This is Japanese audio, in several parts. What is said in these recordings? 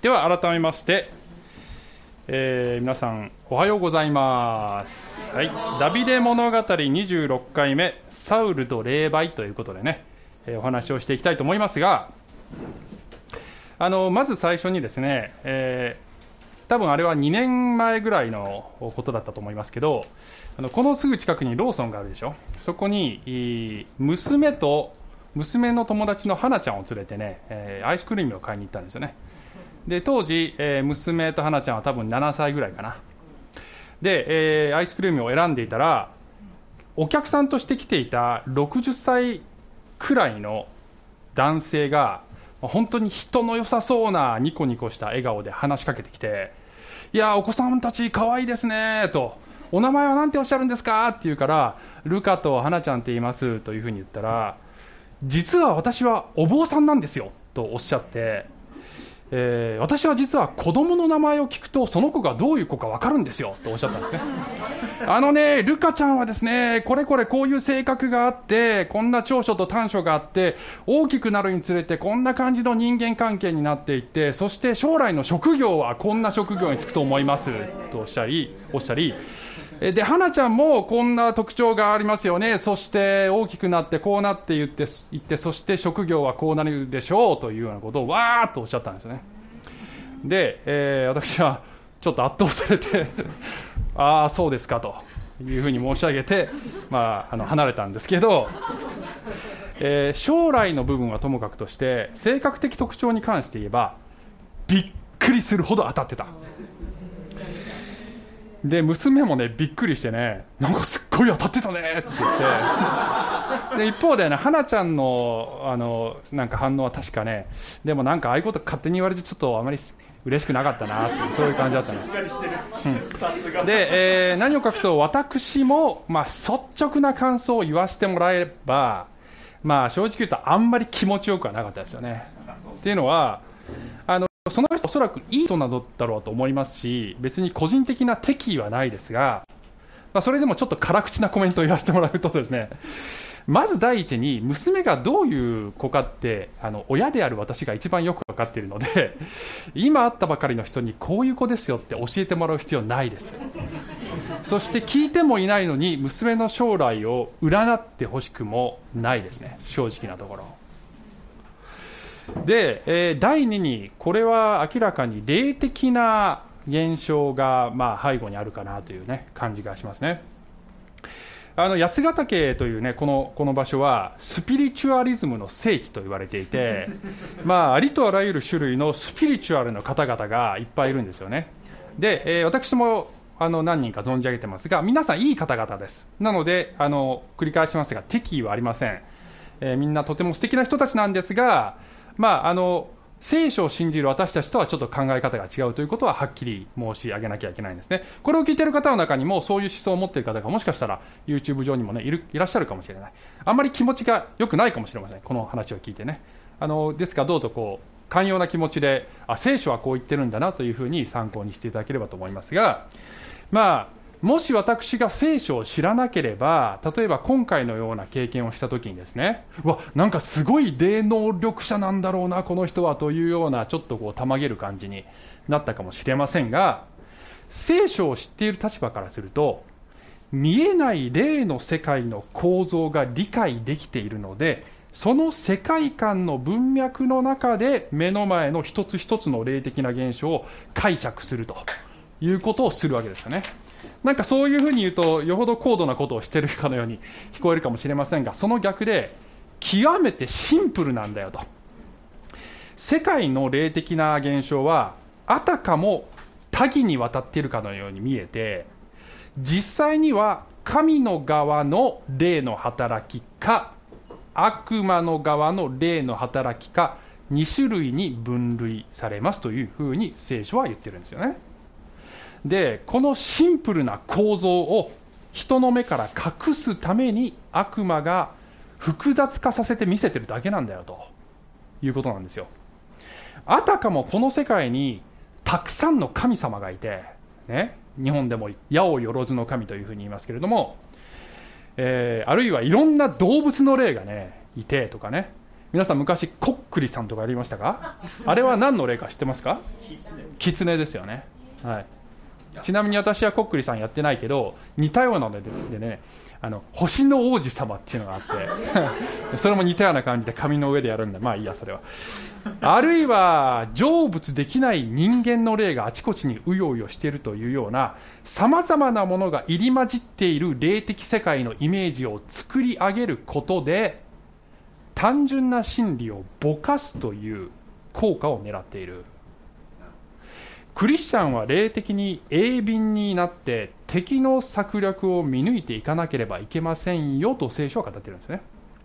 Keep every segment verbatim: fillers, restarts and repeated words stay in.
では改めまして、えー、皆さんおはようございます、はい、ダビデ物語にじゅうろっかいめサウルと霊媒ということでね、えー、お話をしていきたいと思いますが、あのまず最初にですね、えー、多分あれはにねんまえぐらいのことだったと思いますけど、あのこのすぐ近くにローソンがあるでしょ。そこに娘と娘の友達の花ちゃんを連れてね、えー、アイスクリームを買いに行ったんですよね。で当時、えー、娘と花ちゃんは多分ななさいぐらいかな。で、えー、アイスクリームを選んでいたら、お客さんとして来ていたろくじゅっさいくらいの男性が本当に人の良さそうなニコニコした笑顔で話しかけてきて、いやお子さんたち可愛いですねと、お名前は何ておっしゃるんですかって言うから、ルカと花ちゃんって言いますというふうに言ったら、実は私はお坊さんなんですよとおっしゃって、えー、私は実は子供の名前を聞くとその子がどういう子か分かるんですよとおっしゃったんですね。あのね、ルカちゃんはですね、これこれこういう性格があって、こんな長所と短所があって、大きくなるにつれてこんな感じの人間関係になっていって、そして将来の職業はこんな職業に就くと思いますとおっしゃり、おっしゃりで、花ちゃんもこんな特徴がありますよね、そして大きくなってこうなって言って言って、そして職業はこうなるでしょうというようなことをわーっとおっしゃったんですよね。で、えー、私はちょっと圧倒されてああそうですかというふうに申し上げて、まあ、あの離れたんですけど、えー、将来の部分はともかくとして性格的特徴に関して言えばびっくりするほど当たってた。で娘もねびっくりしてね、なんかすっごい当たってたねって言ってで一方でね、花ちゃんのあのなんか反応は確かね、でもなんかああいうこと勝手に言われてちょっとあまり嬉しくなかったなって、そういう感じだったね。うん、で、えー、何を隠そう私も、まあ、率直な感想を言わせてもらえれば、まあ、正直言うとあんまり気持ちよくはなかったですよね。っていうのは、あのその人おそらくいい人などだろうと思いますし、別に個人的な敵意はないですが、まあ、それでもちょっと辛口なコメントを言わせてもらうとですね、まず第一に娘がどういう子かってあの親である私が一番よく分かっているので、今会ったばかりの人にこういう子ですよって教えてもらう必要ないです。そして聞いてもいないのに娘の将来を占ってほしくもないですね、正直なところで、えー、第二にこれは明らかに霊的な現象が、まあ、背後にあるかなという、ね、感じがしますね。あの八ヶ岳という、ね、この、この場所はスピリチュアリズムの聖地と言われていて、まあ、ありとあらゆる種類のスピリチュアルの方々がいっぱいいるんですよね。で、えー、私もあの何人か存じ上げてますが、皆さんいい方々です。なのであの繰り返しますが敵意はありません。えー、みんなとても素敵な人たちなんですが、まあ、あの聖書を信じる私たちとはちょっと考え方が違うということははっきり申し上げなきゃいけないんですね。これを聞いている方の中にもそういう思想を持っている方がもしかしたら YouTube 上にも、ね、いるいらっしゃるかもしれない。あんまり気持ちが良くないかもしれません、この話を聞いてね。あのですからどうぞこう寛容な気持ちで、あ聖書はこう言ってるんだなというふうに参考にしていただければと思いますが、まあもし私が聖書を知らなければ、例えば今回のような経験をしたときにですね、うわ、なんかすごい霊能力者なんだろうなこの人はというようなちょっとこうたまげる感じになったかもしれませんが、聖書を知っている立場からすると見えない霊の世界の構造が理解できているので、その世界観の文脈の中で目の前の一つ一つの霊的な現象を解釈するということをするわけですよね。なんかそういうふうに言うとよほど高度なことをしているかのように聞こえるかもしれませんが、その逆で極めてシンプルなんだよと。世界の霊的な現象はあたかも多義にわたっているかのように見えて、実際には神の側の霊の働きか悪魔の側の霊の働きかに種類に分類されますというふうに聖書は言ってるんですよね。でこのシンプルな構造を人の目から隠すために悪魔が複雑化させて見せてるだけなんだよということなんですよ。あたかもこの世界にたくさんの神様がいて、ね、日本でも八百万の神というふうに言いますけれども、えー、あるいはいろんな動物の霊が、ね、いてとかね、 皆さん昔こっくりさんとかやりましたか？あれは何の例か知ってますか？キツネですよね、はい、ちなみに私はこっくりさんやってないけど似たようなので、でね、あの星の王子様っていうのがあってそれも似たような感じで紙の上でやるんだ。まあいいやそれは。あるいは成仏できない人間の霊があちこちにうようよしているというようなさまざまなものが入り混じっている霊的世界のイメージを作り上げることで単純な真理をぼかすという効果を狙っている。クリスチャンは霊的に鋭敏になって敵の策略を見抜いていかなければいけませんよと聖書は語っているんですね。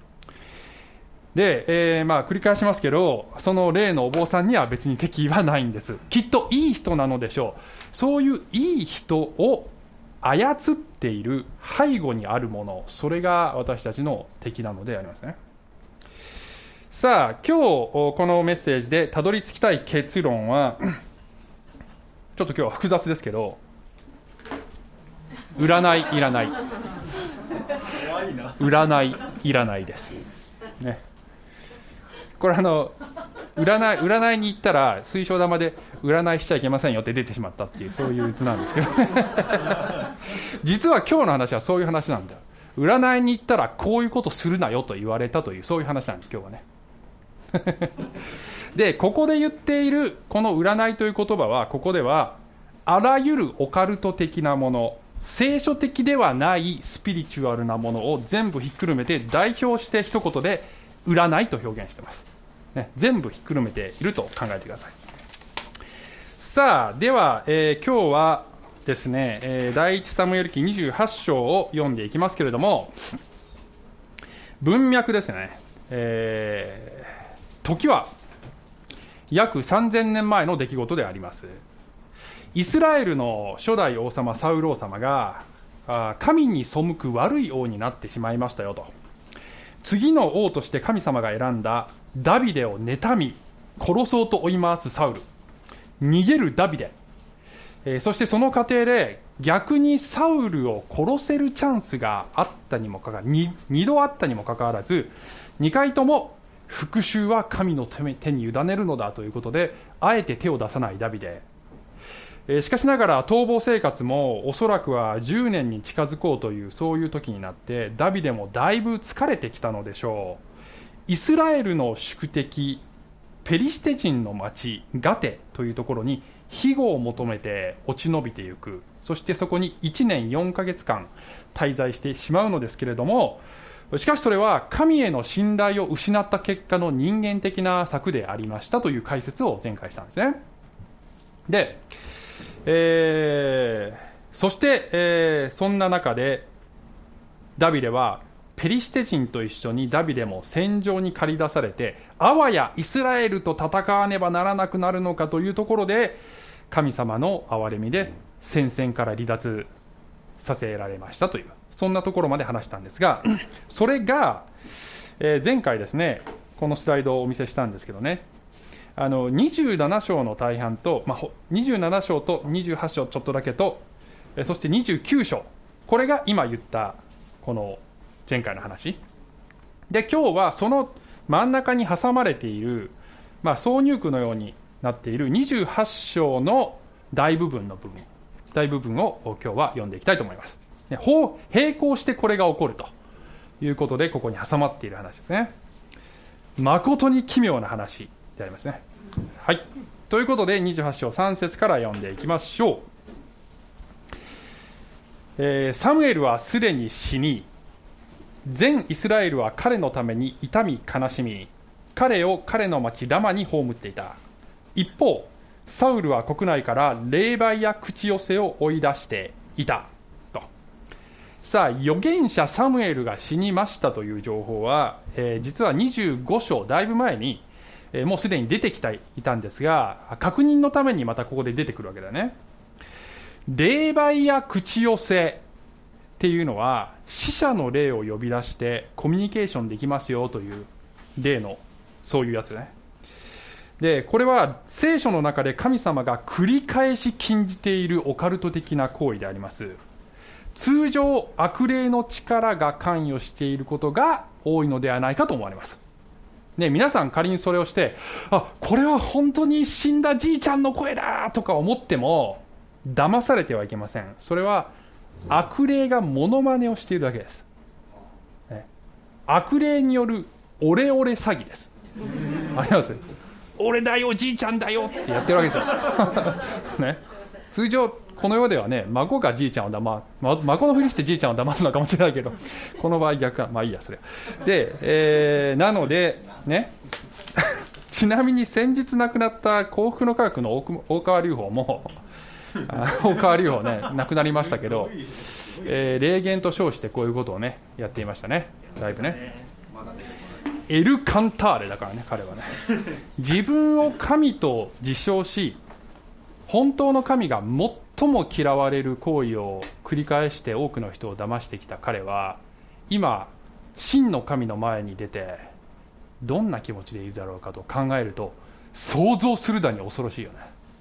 で、えーまあ、繰り返しますけど、その例のお坊さんには別に敵はないんです。きっといい人なのでしょう。そういういい人を操っている背後にあるもの、それが私たちの敵なのでありますね。さあ、今日このメッセージでたどり着きたい結論はちょっと今日は複雑ですけど、占いいらない占いいらないです、ね、これあの占い、占いに行ったら水晶玉で占いしちゃいけませんよって出てしまったっていうそういう図なんですけど実は今日の話はそういう話なんだよ。占いに行ったらこういうことするなよと言われたというそういう話なんです今日はねでここで言っているこの占いという言葉はここではあらゆるオカルト的なもの、聖書的ではないスピリチュアルなものを全部ひっくるめて代表して一言で占いと表現しています、ね、全部ひっくるめていると考えてください。さあでは、えー、今日はですね、えー、第一サムエル記にじゅうはち章を読んでいきますけれども、文脈ですね、えー、時は約さんぜんねんまえの出来事であります。イスラエルの初代王様サウル王様が神に背く悪い王になってしまいましたよと。次の王として神様が選んだダビデを妬み殺そうと追い回すサウル、逃げるダビデ、えー、そしてその過程で逆にサウルを殺せるチャンスがあったにもかかわらず 2, 2度あったにもかかわらずにかいとも復讐は神の手に委ねるのだということであえて手を出さないダビデ。しかしながら逃亡生活もおそらくはじゅうねんに近づこうというそういう時になってダビデもだいぶ疲れてきたのでしょう。イスラエルの宿敵ペリシテ人の町ガテというところに庇護を求めて落ち延びていく。そしてそこにいちねんよんかげつかん滞在してしまうのですけれども、しかしそれは神への信頼を失った結果の人間的な策でありましたという解説を前回したんですね。でえー、そして、えー、そんな中でダビデはペリシテ人と一緒にダビデも戦場に駆り出されてあわやイスラエルと戦わねばならなくなるのかというところで神様の憐れみで戦線から離脱させられましたというそんなところまで話したんですがそれが、えー、前回ですねこのスライドをお見せしたんですけどね、あのにじゅうなな章の大半と、まあ、にじゅうなな章とにじゅうはち章ちょっとだけと、そしてにじゅうきゅう章、これが今言ったこの前回の話で、今日はその真ん中に挟まれている、まあ、挿入句のようになっているにじゅうはち章の大部分の部分大部分を今日は読んでいきたいと思います。並行してこれが起こるということでここに挟まっている話ですね。誠に奇妙な話でありますね。はい。ということでにじゅうはち章さん節から読んでいきましょう。えー、サムエルはすでに死に、全イスラエルは彼のために痛み悲しみ、彼を彼の町ラマに葬っていた。一方、サウルは国内から霊媒や口寄せを追い出していたと。さあ、預言者サムエルが死にましたという情報は、えー、実はにじゅうご章だいぶ前にもうすでに出てきていたんですが、確認のためにまたここで出てくるわけだね。霊媒や口寄せっていうのは死者の霊を呼び出してコミュニケーションできますよという例のそういうやつね。でこれは聖書の中で神様が繰り返し禁じているオカルト的な行為であります。通常悪霊の力が関与していることが多いのではないかと思われます。 ね、皆さん仮にそれをして、あ、これは本当に死んだじいちゃんの声だとか思っても騙されてはいけません。それは悪霊がモノマネをしているだけです、ね、悪霊によるオレオレ詐欺です。あります。俺だよじいちゃんだよってやってるわけですよ、ね、通常この世ではね、孫がじいちゃんをだま、孫のふりしてじいちゃんを騙すのかもしれないけど、この場合逆か、まあいいやそれで、えー、なのでねちなみに先日亡くなった幸福の科学の大川隆法も大川隆法ね亡くなりましたけど、えー、霊言と称してこういうことをねやっていましたね。だいぶねエル・カンターレだからね、彼はね自分を神と自称し、本当の神が最も嫌われる行為を繰り返して多くの人を騙してきた彼は、今真の神の前に出てどんな気持ちでいるだろうかと考えると、想像するだに恐ろしいよね。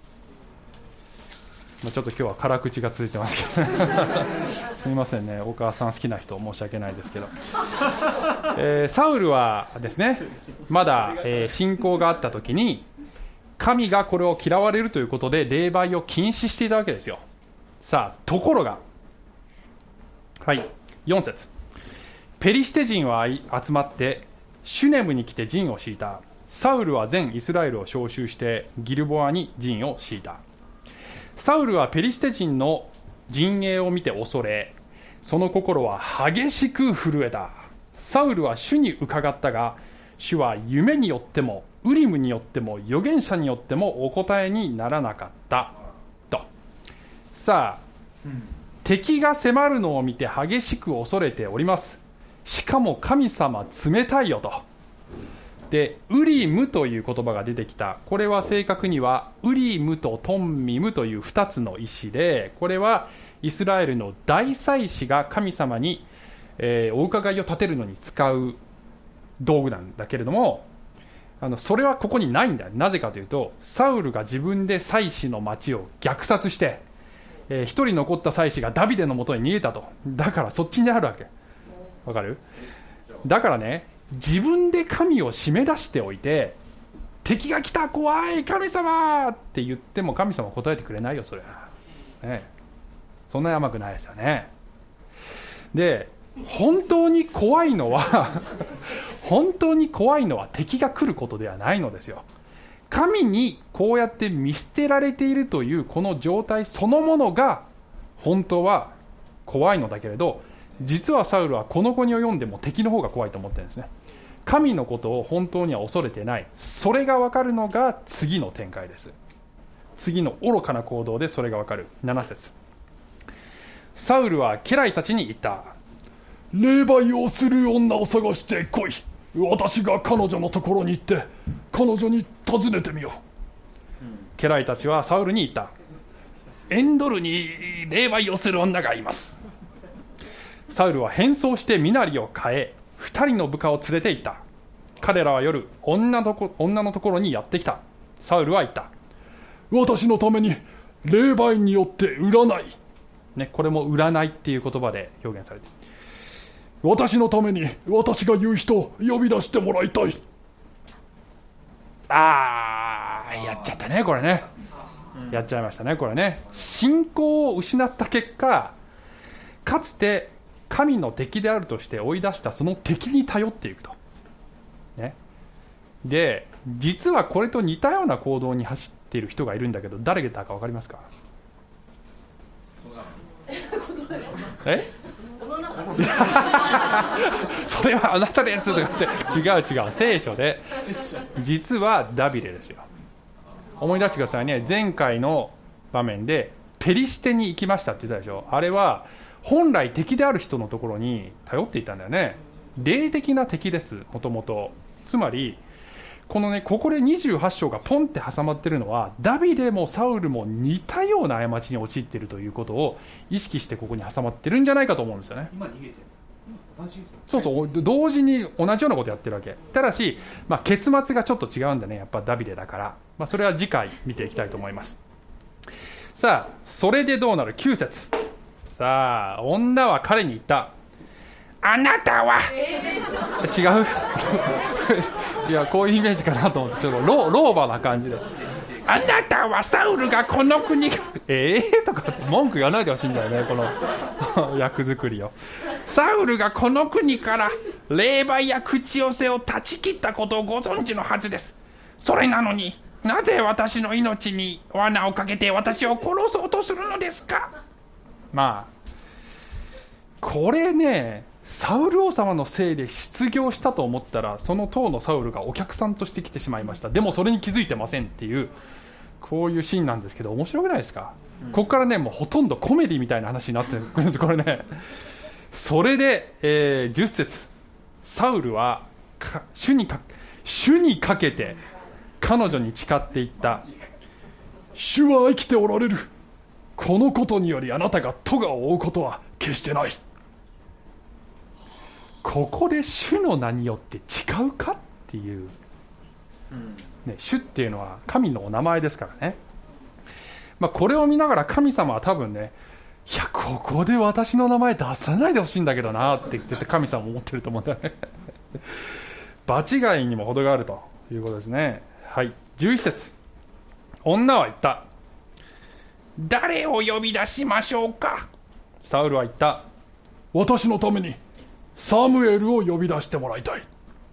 まあ、ちょっと今日は辛口が続いてますけどすみませんね、お母さん好きな人申し訳ないですけど、えー、サウルはですね、まだ、えー、信仰があった時に神がこれを嫌われるということで霊媒を禁止していたわけですよ。さあところが、はい、よん節、ペリシテ人は集まってシュネムに来て陣を敷いた。サウルは全イスラエルを召集してギルボアに陣を敷いた。サウルはペリシテ人の陣営を見て恐れ、その心は激しく震えた。サウルは主に伺ったが、主は夢によってもウリムによっても預言者によってもお答えにならなかったと。さあ、うん、敵が迫るのを見て激しく恐れております。しかも神様冷たいよと。でウリムという言葉が出てきた。これは正確にはウリムとトンミムというふたつの石で、これはイスラエルの大祭司が神様に、えー、お伺いを立てるのに使う道具なんだけれども、あのそれはここにないんだ。なぜかというと、サウルが自分で祭司の町を虐殺して、えー、一人残った祭司がダビデのもとに逃げたと。だからそっちにあるわけ。わかる？だからね、自分で神を締め出しておいて、敵が来た怖い神様って言っても神様は答えてくれないよ、それは、ね、そんなに甘くないですよね。で本当に怖いのは本当に怖いのは敵が来ることではないのですよ。神にこうやって見捨てられているというこの状態そのものが本当は怖いのだけれど、実はサウルはこの子にを読んでも敵の方が怖いと思ってるんですね。神のことを本当には恐れてない。それが分かるのが次の展開です。次の愚かな行動でそれが分かる。なな節、サウルは家来たちに言った。霊媒をする女を探して来い。私が彼女のところに行って彼女に尋ねてみよう。家来たちはサウルに言った。エンドルに霊媒をする女がいます。サウルは変装して身なりを変え、二人の部下を連れて行った。彼らは夜 女のこ、女のところにやってきた。サウルは言った。私のために霊媒によって占い、ね、これも占いっていう言葉で表現されている。私のために私が言う人を呼び出してもらいたい。あー、やっちゃったねこれね。やっちゃいましたねこれね。信仰を失った結果、かつて神の敵であるとして追い出したその敵に頼っていくと、ね、で実はこれと似たような行動に走っている人がいるんだけど、誰だか分かりますか？えそれはあなたですとかって違う違う、聖書で実はダビデですよ。思い出してくださいね。前回の場面でペリシテに行きましたって言ったでしょ。あれは本来敵である人のところに頼っていたんだよね。霊的な敵です、もともと。つまりこのね、ここでにじゅうはち章がポンって挟まってるのは、ダビデもサウルも似たような過ちに陥っているということを意識してここに挟まってるんじゃないかと思うんですよね。今逃げてる、同じ、そうそう、同時に同じようなことやってるわけ。ただし、まあ、結末がちょっと違うんだね、やっぱダビデだから、まあ、それは次回見ていきたいと思います。さあそれでどうなる？きゅう節、さあ女は彼に言った。 あなたは違ういやこういうイメージかなと思ってちょっと老老婆な感じで、あなたはサウルがこの国ええー、とかって文句言わないでほしいんだよね、この役作りを。サウルがこの国から霊媒や口寄せを断ち切ったことをご存知のはずです。それなのになぜ私の命に罠をかけて私を殺そうとするのですか。まあこれね、サウル王様のせいで失業したと思ったらその当のサウルがお客さんとして来てしまいました、でもそれに気づいてませんっていう、こういうシーンなんですけど、面白くないですか、うん、ここからねもうほとんどコメディみたいな話になってるんですこれね。それで、えー、じゅっ節、サウルはか主にか主にかけて彼女に誓っていった。主は生きておられる。このことによりあなたが咎を負うことは決してない。ここで主の名によって誓うかっていう、ね、主っていうのは神のお名前ですからね。まあ、これを見ながら神様は多分ね、いやここで私の名前出さないでほしいんだけどなって言ってて神様も思ってると思うんだよね場違いにも程があるということですね。はい、じゅういち節、女は言った。誰を呼び出しましょうか。サウルは言った。私のためにサムエルを呼び出してもらいたい。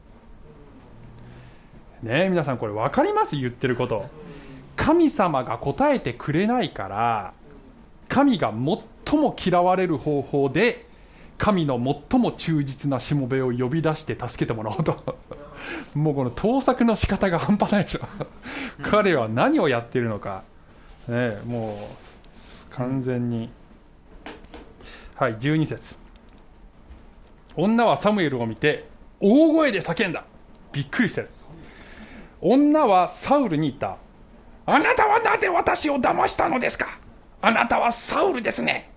ねえ皆さんこれ分かります？言ってること。神様が答えてくれないから神が最も嫌われる方法で神の最も忠実なしもべを呼び出して助けてもらおうともうこの盗作の仕方が半端ないでしょ彼は何をやっているのか、ね、もう完全に。はい、じゅうに節、女はサムエルを見て大声で叫んだ。びっくりしてる。女はサウルに言った。あなたはなぜ私を騙したのですか。あなたはサウルですね。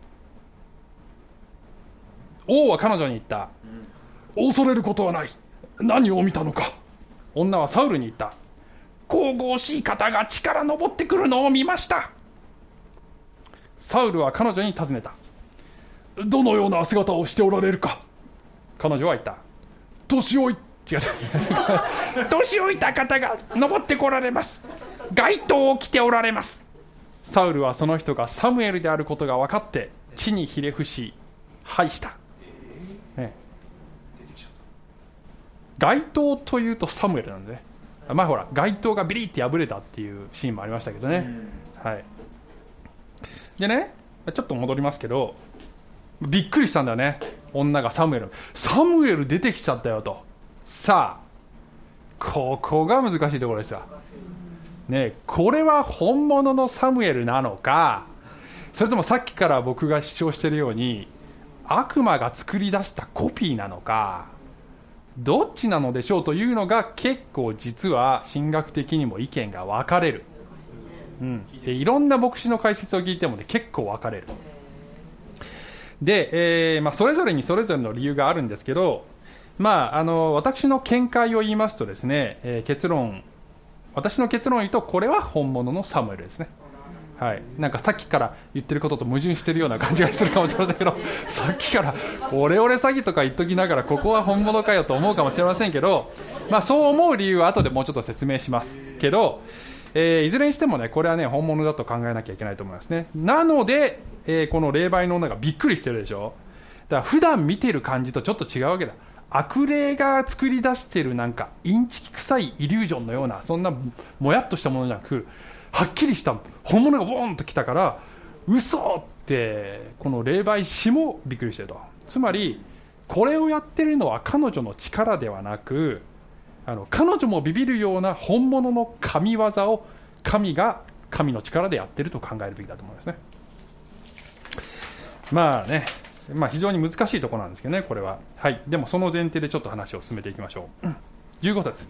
王は彼女に言った。恐れることはない。何を見たのか。女はサウルに言った。神々しい方が地から昇ってくるのを見ました。サウルは彼女に尋ねた。どのような姿をしておられるか。彼女は言った。年老い違う年老いた方が昇ってこられます。街灯を着ておられます。サウルはその人がサムエルであることが分かって地にひれ伏し拝した、ね、街灯というとサムエルなんでね。前ほら街灯がビリって破れたっていうシーンもありましたけどね、はい、でねちょっと戻りますけど、びっくりしたんだよね。女がサムエルサムエル出てきちゃったよと。さあここが難しいところですよ、ね、これは本物のサムエルなのか、それともさっきから僕が主張しているように悪魔が作り出したコピーなのか、どっちなのでしょうというのが結構実は神学的にも意見が分かれる、うん、でいろんな牧師の解説を聞いても、ね、結構分かれる。で、えーまあ、それぞれにそれぞれの理由があるんですけど、まあ、あの私の見解を言いますとですね、えー、結論私の結論を言うとこれは本物のサムエルですね。はい、なんかさっきから言ってることと矛盾してるような感じがするかもしれませんけどさっきからオレオレ詐欺とか言っときながらここは本物かよと思うかもしれませんけど、まあ、そう思う理由は後でもうちょっと説明しますけど、えー、いずれにしてもねこれはね本物だと考えなきゃいけないと思いますね。なので、えー、この霊媒の女がびっくりしてるでしょ。だから普段見てる感じとちょっと違うわけだ。悪霊が作り出してるなんかインチキ臭いイリュージョンのようなそんなもやっとしたものじゃなく、はっきりした本物がボーンと来たから嘘ってこの霊媒師もびっくりしてると。つまりこれをやってるのは彼女の力ではなく、あの彼女もビビるような本物の神業を神が神の力でやってると考えるべきだと思いますね。まあね、まあ、非常に難しいところなんですけどねこれは、はい、でもその前提でちょっと話を進めていきましょう。じゅうご節、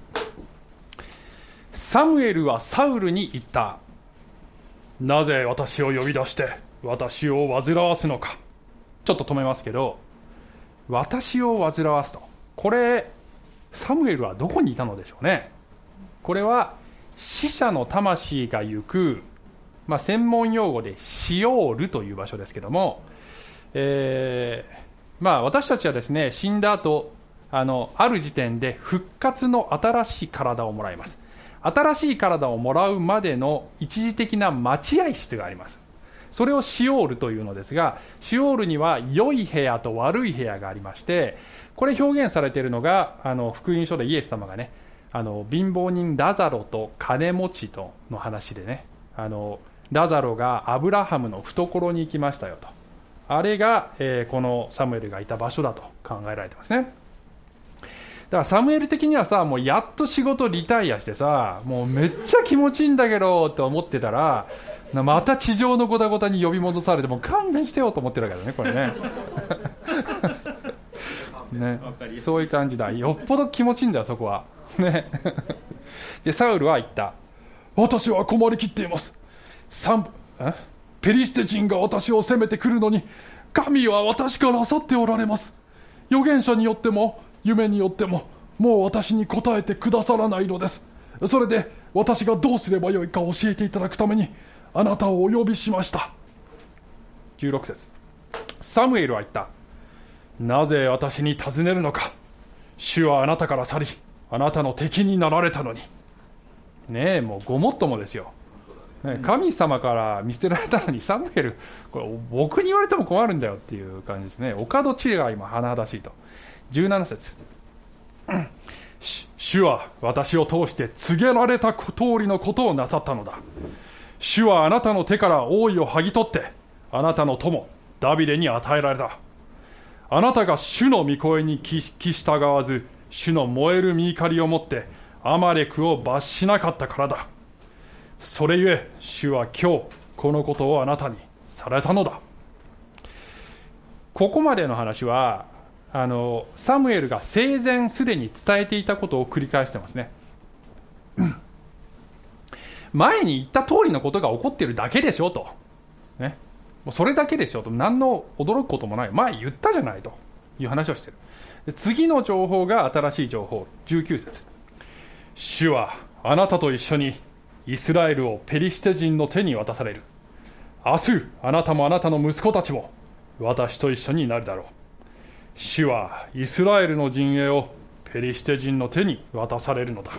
サムエルはサウルに言った。なぜ私を呼び出して私を煩わすのか。ちょっと止めますけど、私を煩わすと、これサムエルはどこにいたのでしょうね。これは死者の魂が行く、まあ、専門用語でシオールという場所ですけども、えーまあ、私たちはですね、死んだ後、あのある時点で復活の新しい体をもらいます。新しい体をもらうまでの一時的な待合室があります。それをシオールというのですが、シオールには良い部屋と悪い部屋がありまして、これ表現されているのが、あの福音書でイエス様がね、あの貧乏人ラザロと金持ちとの話でね、あのラザロがアブラハムの懐に行きましたよと。あれが、えー、このサムエルがいた場所だと考えられてますね。だからサムエル的にはさ、もうやっと仕事リタイアしてさ、もうめっちゃ気持ちいいんだけどって思ってたら、また地上のゴタゴタに呼び戻されて、もう勘弁してよと思ってるわけだね、これねね、そういう感じだ。よっぽど気持ちいいんだよ、そこはねでサウルは言った。私は困りきっています。サンえペリシテ人が私を攻めてくるのに、神は私から去っておられます。預言者によっても夢によってももう私に答えてくださらないのです。それで私がどうすればよいか教えていただくためにあなたをお呼びしました。じゅうろく節、サムエルは言った。なぜ私に尋ねるのか。主はあなたから去り、あなたの敵になられたのに。ねえ、もうごもっともですよ、ね、神様から見捨てられたのにサムエル、これ僕に言われても困るんだよっていう感じですね。お門違いも甚だしいと。じゅうなな節、主は私を通して告げられた通りのことをなさったのだ。主はあなたの手から王位を剥ぎ取ってあなたの友ダビデに与えられた。あなたが主の御声に聞き従わず、主の燃える御怒りをもってアマレクを罰しなかったからだ。それゆえ主は今日このことをあなたにされたのだ。ここまでの話はあのサムエルが生前すでに伝えていたことを繰り返してますね。前に言った通りのことが起こっているだけでしょと、ね、もうそれだけでしょと、何の驚くこともない、前言ったじゃないという話をしている。で次の情報が新しい情報。じゅうきゅう節、主はあなたと一緒にイスラエルをペリシテ人の手に渡される。明日あなたもあなたの息子たちも私と一緒になるだろう。主はイスラエルの陣営をペリシテ人の手に渡されるのだ。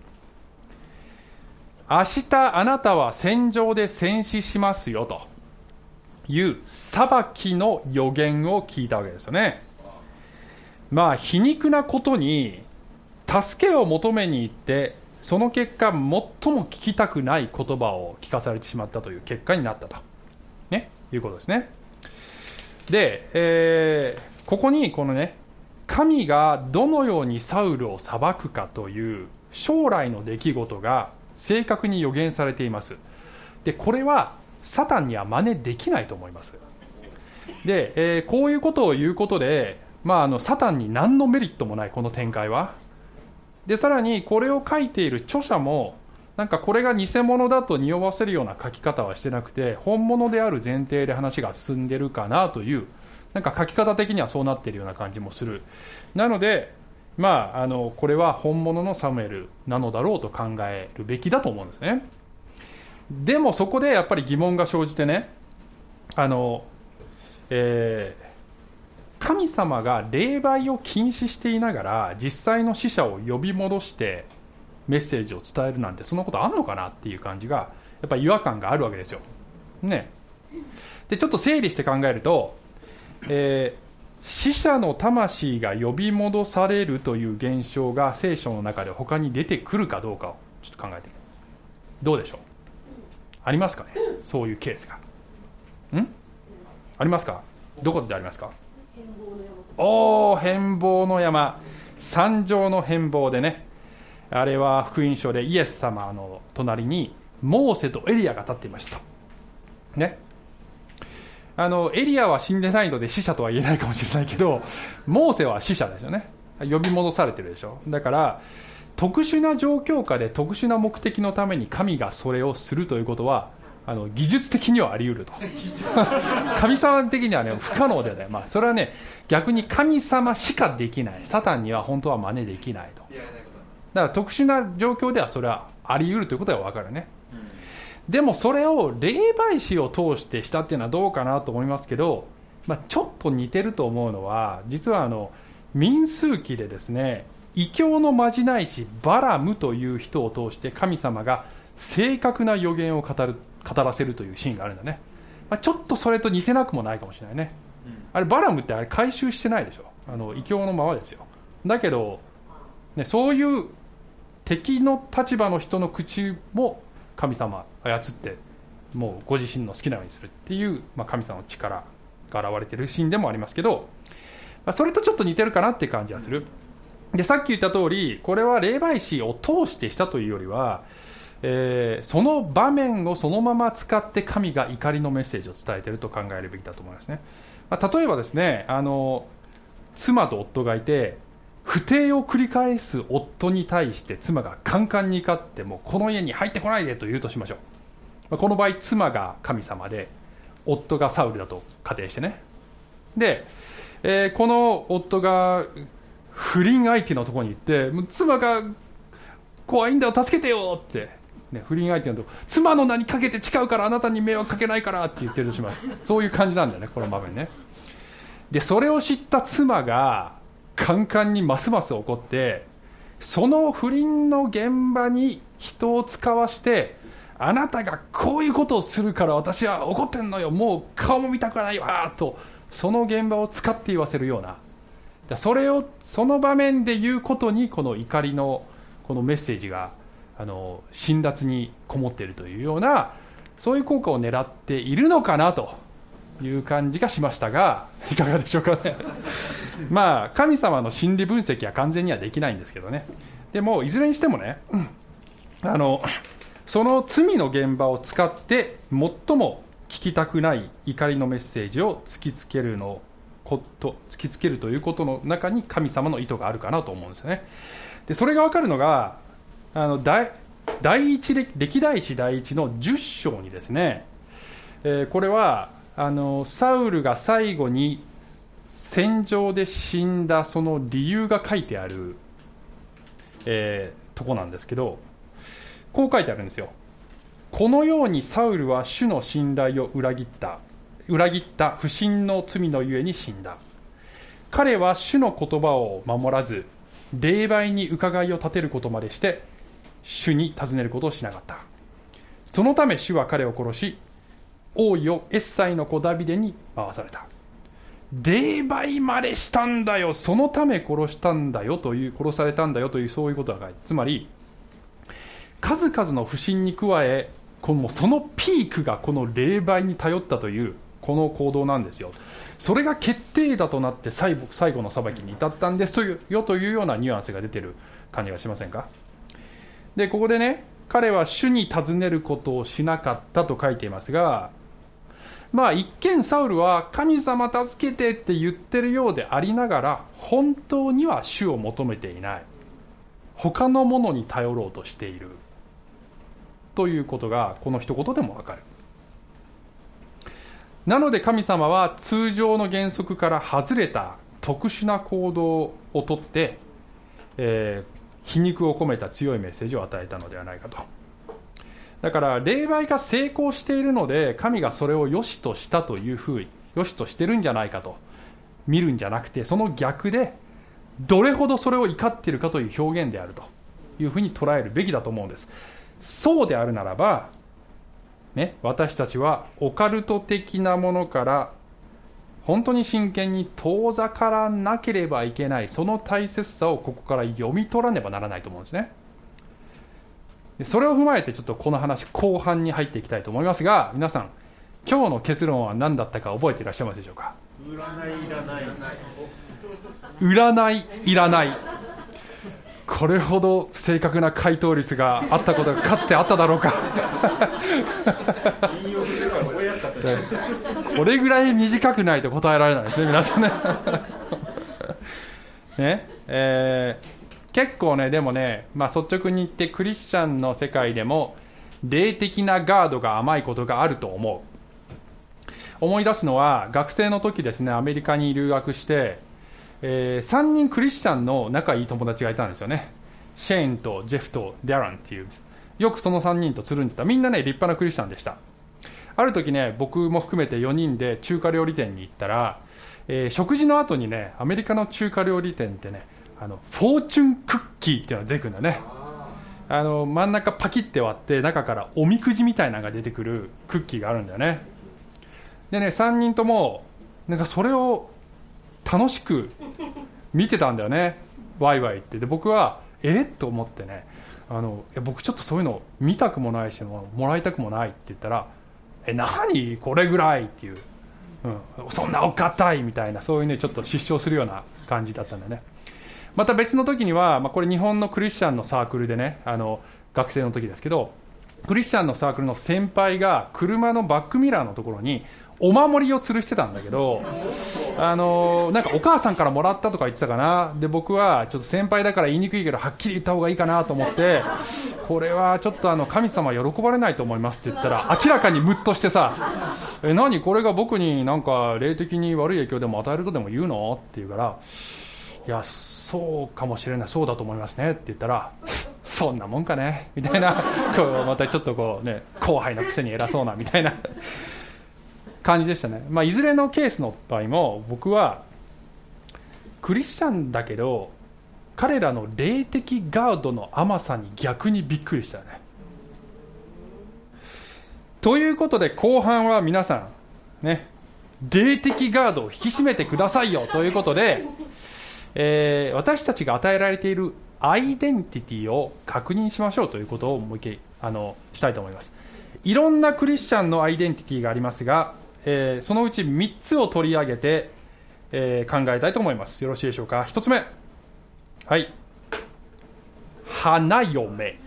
明日あなたは戦場で戦死しますよという裁きの予言を聞いたわけですよね。まあ皮肉なことに助けを求めに行って、その結果最も聞きたくない言葉を聞かされてしまったという結果になったと、ね、いうことですね。で、えー、ここにこのね、神がどのようにサウルを裁くかという将来の出来事が正確に予言されています。でこれはサタンには真似できないと思います。で、えー、こういうことを言うことで、まあ、あのサタンに何のメリットもないこの展開は。でさらにこれを書いている著者もなんかこれが偽物だと匂わせるような書き方はしてなくて、本物である前提で話が進んでるかなという、なんか書き方的にはそうなっているような感じもする。なのでまあ、あのこれは本物のサムエルなのだろうと考えるべきだと思うんですね。でもそこでやっぱり疑問が生じてね、あの、えー、神様が霊媒を禁止していながら実際の死者を呼び戻してメッセージを伝えるなんて、そんなことあんのかなっていう感じがやっぱり違和感があるわけですよ、ね。でちょっと整理して考えると、えー死者の魂が呼び戻されるという現象が聖書の中で他に出てくるかどうかをちょっと考えてみる。どうでしょう、ありますかね、そういうケースが。んありますか。どこでありますか。おー、変貌の山、山上の変貌でね、あれは福音書でイエス様の隣にモーセとエリアが立っていましたね。あのエリアは死んでないので死者とは言えないかもしれないけど、モーセは死者ですよね。呼び戻されてるでしょ。だから特殊な状況下で特殊な目的のために神がそれをするということは、あの技術的にはあり得ると神様的には、ね、不可能でね、まあ、それはね逆に神様しかできない、サタンには本当は真似できないと。だから特殊な状況ではそれはあり得るということが分かるね。でもそれを霊媒師を通してしたっていうのはどうかなと思いますけど、 まあ、ちょっと似てると思うのは、実はあの民数記でですね、異教のまじない師バラムという人を通して神様が正確な予言を語る語らせるというシーンがあるんだね。まあ、ちょっとそれと似てなくもないかもしれないね。うん、あれバラムってあれ回収してないでしょ、あの異教のままですよ。だけど、ね、そういう敵の立場の人の口も神様操ってもうご自身の好きなようにするっていう、まあ、神様の力が現れているシーンでもありますけど、まあ、それとちょっと似てるかなっていう感じがする。でさっき言った通り、これは霊媒師を通してしたというよりは、えー、その場面をそのまま使って神が怒りのメッセージを伝えていると考えるべきだと思いますね。まあ、例えばですね、あの妻と夫がいて不貞を繰り返す夫に対して妻がカンカンに怒って、もうこの家に入ってこないでと言うとしましょう。まあ、この場合妻が神様で夫がサウルだと仮定してね。で、えー、この夫が不倫相手のところに行って、もう妻が怖いんだよ助けてよって、ね、不倫相手のところ、妻の名にかけて誓うからあなたに迷惑かけないからって言ってるとします。そういう感じなんだよね、この場面ね。でそれを知った妻がカンカンにますます怒って、その不倫の現場に人を使わして、あなたがこういうことをするから私は怒ってんのよ、もう顔も見たくないわと、その現場を使って言わせるような、それをその場面で言うことに、この怒りのこのメッセージがあの辛辣にこもっているというような、そういう効果を狙っているのかなという感じがしましたが、いかがでしょうかね。まあ神様の心理分析は完全にはできないんですけどね。でもいずれにしてもね、あのその罪の現場を使って最も聞きたくない怒りのメッセージを突きつけるのこと突きつけるということの中に神様の意図があるかなと思うんですね。でそれが分かるのが、あの第第一歴代史第一のじゅっ章にですね、えー、これはあのサウルが最後に戦場で死んだその理由が書いてある、えー、とこなんですけど、こう書いてあるんですよ。このようにサウルは主の信頼を裏切った裏切った不信の罪のゆえに死んだ。彼は主の言葉を守らず、霊媒に伺いを立てることまでして主に尋ねることをしなかった。そのため主は彼を殺し、王位をエッサイの子ダビデに回された。霊媒までしたんだよ、そのため殺したんだよという、殺されたんだよという、そういうことが書いて、つまり数々の不信に加え、このそのピークがこの霊媒に頼ったというこの行動なんですよ。それが決定打となって最後、最後の裁きに至ったんですよというようなニュアンスが出ている感じがしませんか。でここでね、彼は主に尋ねることをしなかったと書いていますが、まあ一見サウルは神様助けてって言ってるようでありながら、本当には主を求めていない、他のものに頼ろうとしているということがこの一言でもわかる。なので神様は通常の原則から外れた特殊な行動をとって、えー、皮肉を込めた強いメッセージを与えたのではないかと。だから霊媒が成功しているので神がそれを良しとしたというふうに、良しとしてるんじゃないかと見るんじゃなくて、その逆でどれほどそれを怒っているかという表現であるというふうに捉えるべきだと思うんです。そうであるならば、ね、私たちはオカルト的なものから本当に真剣に遠ざからなければいけない、その大切さをここから読み取らねばならないと思うんですね。でそれを踏まえてちょっとこの話後半に入っていきたいと思いますが、皆さん今日の結論は何だったか覚えていらっしゃいますでしょうか。 占いいらない、 占いいらない、これほど正確な回答率があったことがかつてあっただろうか。これぐらい短くないと答えられないですね、皆さんね。ね、えー、結構ね、でもね、まあ、率直に言ってクリスチャンの世界でも霊的なガードが甘いことがあると思う。思い出すのは学生の時ですね、アメリカに留学して、えー、さんにんクリスチャンの仲いい友達がいたんですよね。シェーンとジェフとデャランっていう、よくそのさんにんとつるんでた。みんなね立派なクリスチャンでした。 ある時ね、僕も含めてよにんで中華料理店に行ったら、えー、食事の後にね、アメリカの中華料理店ってね、あのフォーチュンクッキーっていうのが出てくるんだね。あの真ん中パキッて割って中からおみくじみたいなのが出てくるクッキーがあるんだよね。でね、さんにんともなんかそれを楽しく見てたんだよね、ワイワイ言って。で僕はえっと思ってね、あのいや僕ちょっとそういうの見たくもないしもらいたくもないって言ったら、え何これぐらいっていう、うん、そんなお堅いみたいな、そういうねちょっと失笑するような感じだったんだよね。また別の時には、まあ、これ日本のクリスチャンのサークルでね、あの学生の時ですけど、クリスチャンのサークルの先輩が車のバックミラーのところにお守りを吊るしてたんだけど、あのなんかお母さんからもらったとか言ってたかな。で僕はちょっと先輩だから言いにくいけどはっきり言った方がいいかなと思って、これはちょっとあの神様は喜ばれないと思いますって言ったら、明らかにムッとしてさ、え何これが僕になんか霊的に悪い影響でも与えるとでも言うのって言うから、いやそうかもしれない、そうだと思いますねって言ったら、そんなもんかねみたいな、こうまたちょっとこうね、後輩のくせに偉そうなみたいな感じでしたね。まあ、いずれのケースの場合も僕はクリスチャンだけど彼らの霊的ガードの甘さに逆にびっくりしたね。ということで後半は皆さんね、霊的ガードを引き締めてくださいよということで、えー、私たちが与えられているアイデンティティを確認しましょうということをもう一回あのしたいと思います。いろんなクリスチャンのアイデンティティがありますが、えー、そのうちみっつを取り上げて、えー、考えたいと思います。よろしいでしょうか。ひとつめ、はい、花嫁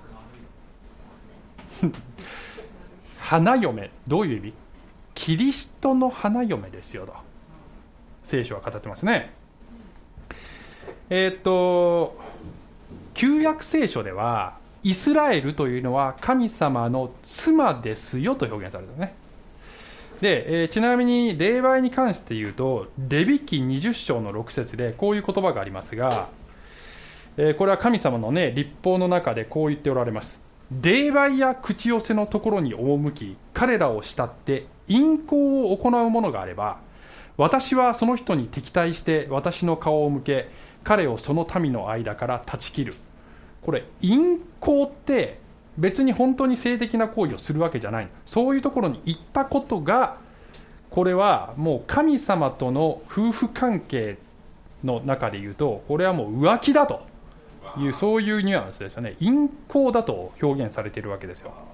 花嫁、どういう意味？キリストの花嫁ですよと聖書は語ってますね。えー、っと旧約聖書ではイスラエルというのは神様の妻ですよと表現されたね。で、えー、ちなみに霊媒に関して言うとレビ記にじゅっ章のろく節でこういう言葉がありますが、えー、これは神様のね律法の中でこう言っておられます。霊媒や口寄せのところに赴き彼らを慕って淫行を行う者があれば、私はその人に敵対して私の顔を向け彼をその民の間から断ち切る。これ淫行って別に本当に性的な行為をするわけじゃない。そういうところに行ったことが、これはもう神様との夫婦関係の中でいうとこれはもう浮気だという、そういうニュアンスですよね。淫行だと表現されているわけですよ、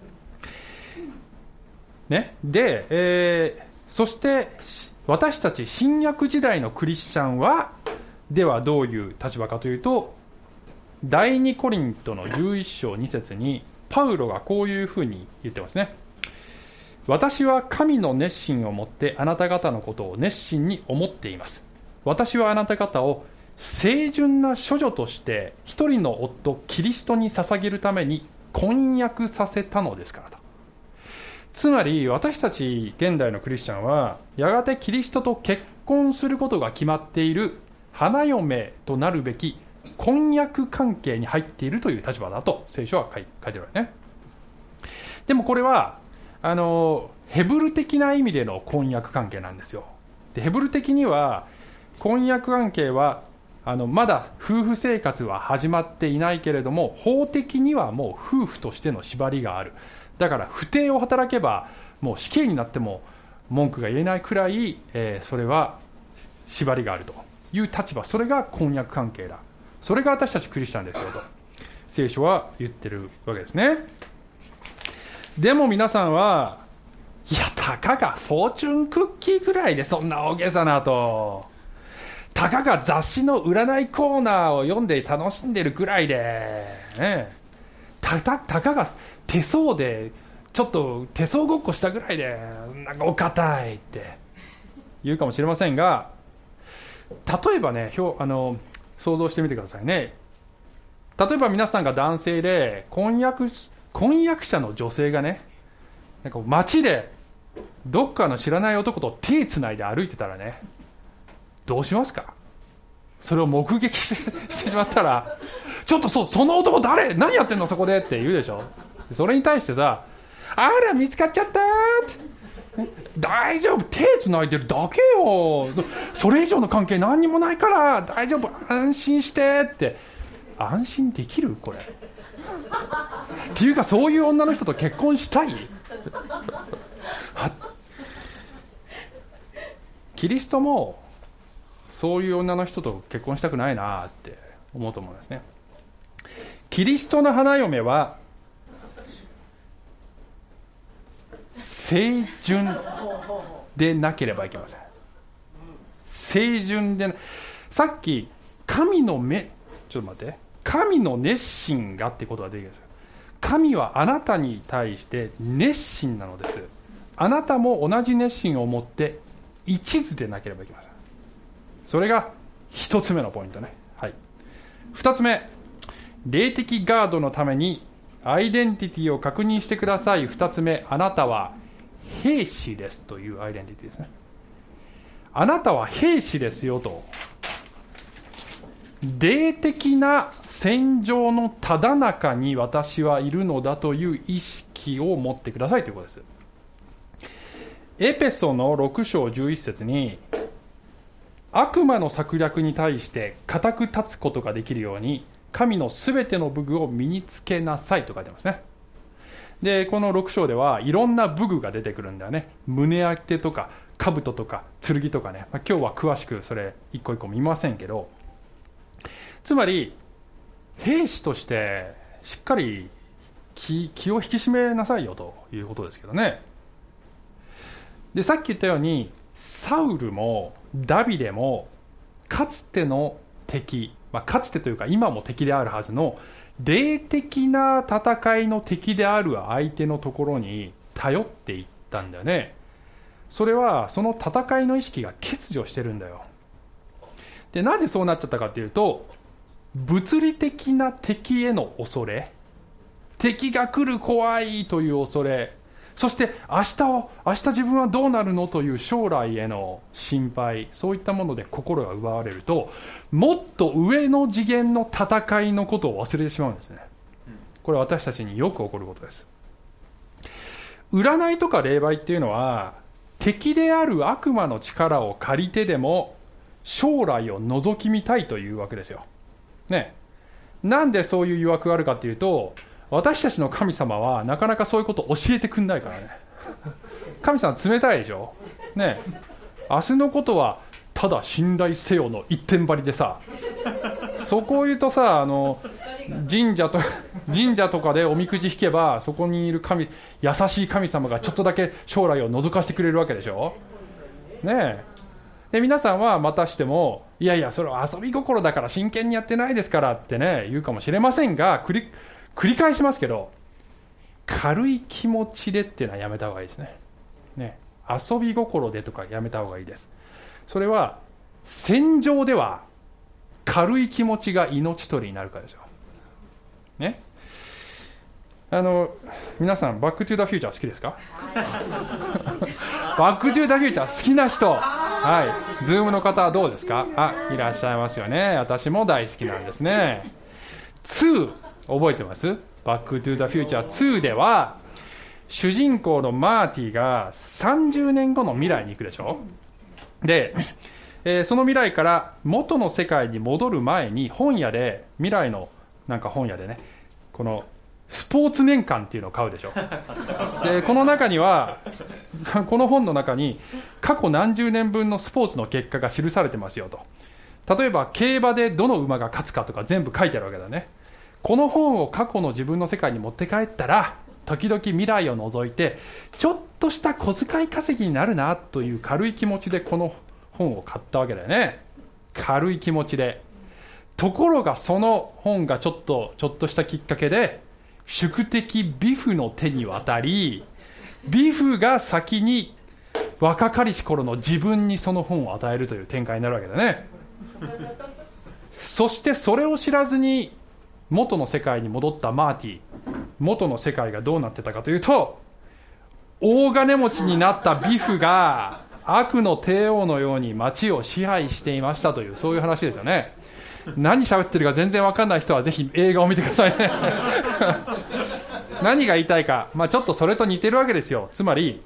ね。で、えー、そして私たち新約時代のクリスチャンはではどういう立場かというと、第二コリントのじゅういっ章に節にパウロがこういうふうに言ってますね。私は神の熱心をもってあなた方のことを熱心に思っています。私はあなた方を清純な処女として一人の夫キリストに捧げるために婚約させたのですからと。つまり私たち現代のクリスチャンはやがてキリストと結婚することが決まっている花嫁となるべき婚約関係に入っているという立場だと聖書は書いてるわけね。でもこれはあのヘブル的な意味での婚約関係なんですよ。でヘブル的には婚約関係はあのまだ夫婦生活は始まっていないけれども法的にはもう夫婦としての縛りがある。だから不貞を働けばもう死刑になっても文句が言えないくらい、えー、それは縛りがあるという立場、それが婚約関係だ、それが私たちクリスチャンですよと聖書は言ってるわけですね。でも皆さんは、いやたかがフォーチュンクッキーぐらいでそんな大げさなと、たかが雑誌の占いコーナーを読んで楽しんでるぐらいで、ね、た, た, たかが手相でちょっと手相ごっこしたぐらいでなんかお堅いって言うかもしれませんが、例えばね、あの想像してみてくださいね。例えば皆さんが男性で婚約婚約者の女性がね、なんか街でどっかの知らない男と手つないで歩いてたらね、どうしますか？それを目撃し て, してしまったら、ちょっと そ, その男誰何やってんのそこでって言うでしょ。それに対してさ、 あら見つかっちゃったーって、大丈夫、手つないでるだけよ、それ以上の関係何にもないから大丈夫、安心してって。安心できるこれっていうか、そういう女の人と結婚したいキリストもそういう女の人と結婚したくないなって思うと思うんですね。キリストの花嫁は清純でなければいけません。清純でな、さっき神の目、ちょっと待って、神の熱心がってことができるんです。神はあなたに対して熱心なのです。あなたも同じ熱心を持って一途でなければいけません。それが一つ目のポイントね。はい。二つ目、霊的ガードのためにアイデンティティを確認してください。二つ目、あなたは兵士ですというアイデンティティですね。あなたは兵士ですよと。霊的な戦場のただ中に私はいるのだという意識を持ってくださいということです。エペソのろく章じゅういち節に、悪魔の策略に対して固く立つことができるように神のすべての武具を身につけなさいと書いてますね。でこのろく章ではいろんな武具が出てくるんだよね。胸当てとか兜とか剣とかね、まあ、今日は詳しくそれ一個一個見ませんけど、つまり兵士としてしっかり 気, 気を引き締めなさいよということですけどね。でさっき言ったようにサウルもダビデもかつての敵、まあ、かつてというか今も敵であるはずの霊的な戦いの敵である相手のところに頼っていったんだよね。それはその戦いの意識が欠如してるんだよ。でなぜそうなっちゃったかっていうと、物理的な敵への恐れ、敵が来る怖いという恐れ、そして明日を明日自分はどうなるのという将来への心配、そういったもので心が奪われると、もっと上の次元の戦いのことを忘れてしまうんですね。これは私たちによく起こることです。占いとか霊媒っていうのは敵である悪魔の力を借りてでも将来を覗き見たいというわけですよ、ね、なんでそういう誘惑があるかっていうと、私たちの神様はなかなかそういうことを教えてくんないからね。神様冷たいでしょ、ね、明日のことはただ信頼せよの一点張りでさ、そこを言うとさ、あの神社と神社とかでおみくじ引けばそこにいる神、優しい神様がちょっとだけ将来を覗かせてくれるわけでしょ、ね、で皆さんはまたしても、いやいやそれは遊び心だから真剣にやってないですからってね言うかもしれませんが、繰り繰り返しますけど、軽い気持ちでっていうのはやめた方がいいですね。ね、遊び心でとかやめた方がいいです。それは戦場では軽い気持ちが命取りになるからですよ。ね、あの皆さんバックトゥザフューチャー好きですか？バックトゥザフューチャー好きな人、はい、ズームの方はどうですか？あ、いらっしゃいますよね。私も大好きなんですね。に覚えてます？バックトゥザフューチャーにでは主人公のマーティがさんじゅうねんごの未来に行くでしょ。で、えー、その未来から元の世界に戻る前に本屋で、未来のなんか本屋でね、このスポーツ年間っていうのを買うでしょ。でこの中にはこの本の中に過去何十年分のスポーツの結果が記されてますよと。例えば競馬でどの馬が勝つかとか全部書いてあるわけだね。この本を過去の自分の世界に持って帰ったら、時々未来を覗いてちょっとした小遣い稼ぎになるなという軽い気持ちでこの本を買ったわけだよね。軽い気持ちで。ところがその本がちょっとちょっとしたきっかけで宿敵ビフの手に渡り、ビフが先に若かりし頃の自分にその本を与えるという展開になるわけだね。そしてそれを知らずに元の世界に戻ったマーティ、元の世界がどうなってたかというと、大金持ちになったビフが悪の帝王のように街を支配していましたという、そういう話ですよね。何喋ってるか全然分かんない人はぜひ映画を見てくださいね。 何が言いたいか、まあ、ちょっとそれと似てるわけですよ。つまり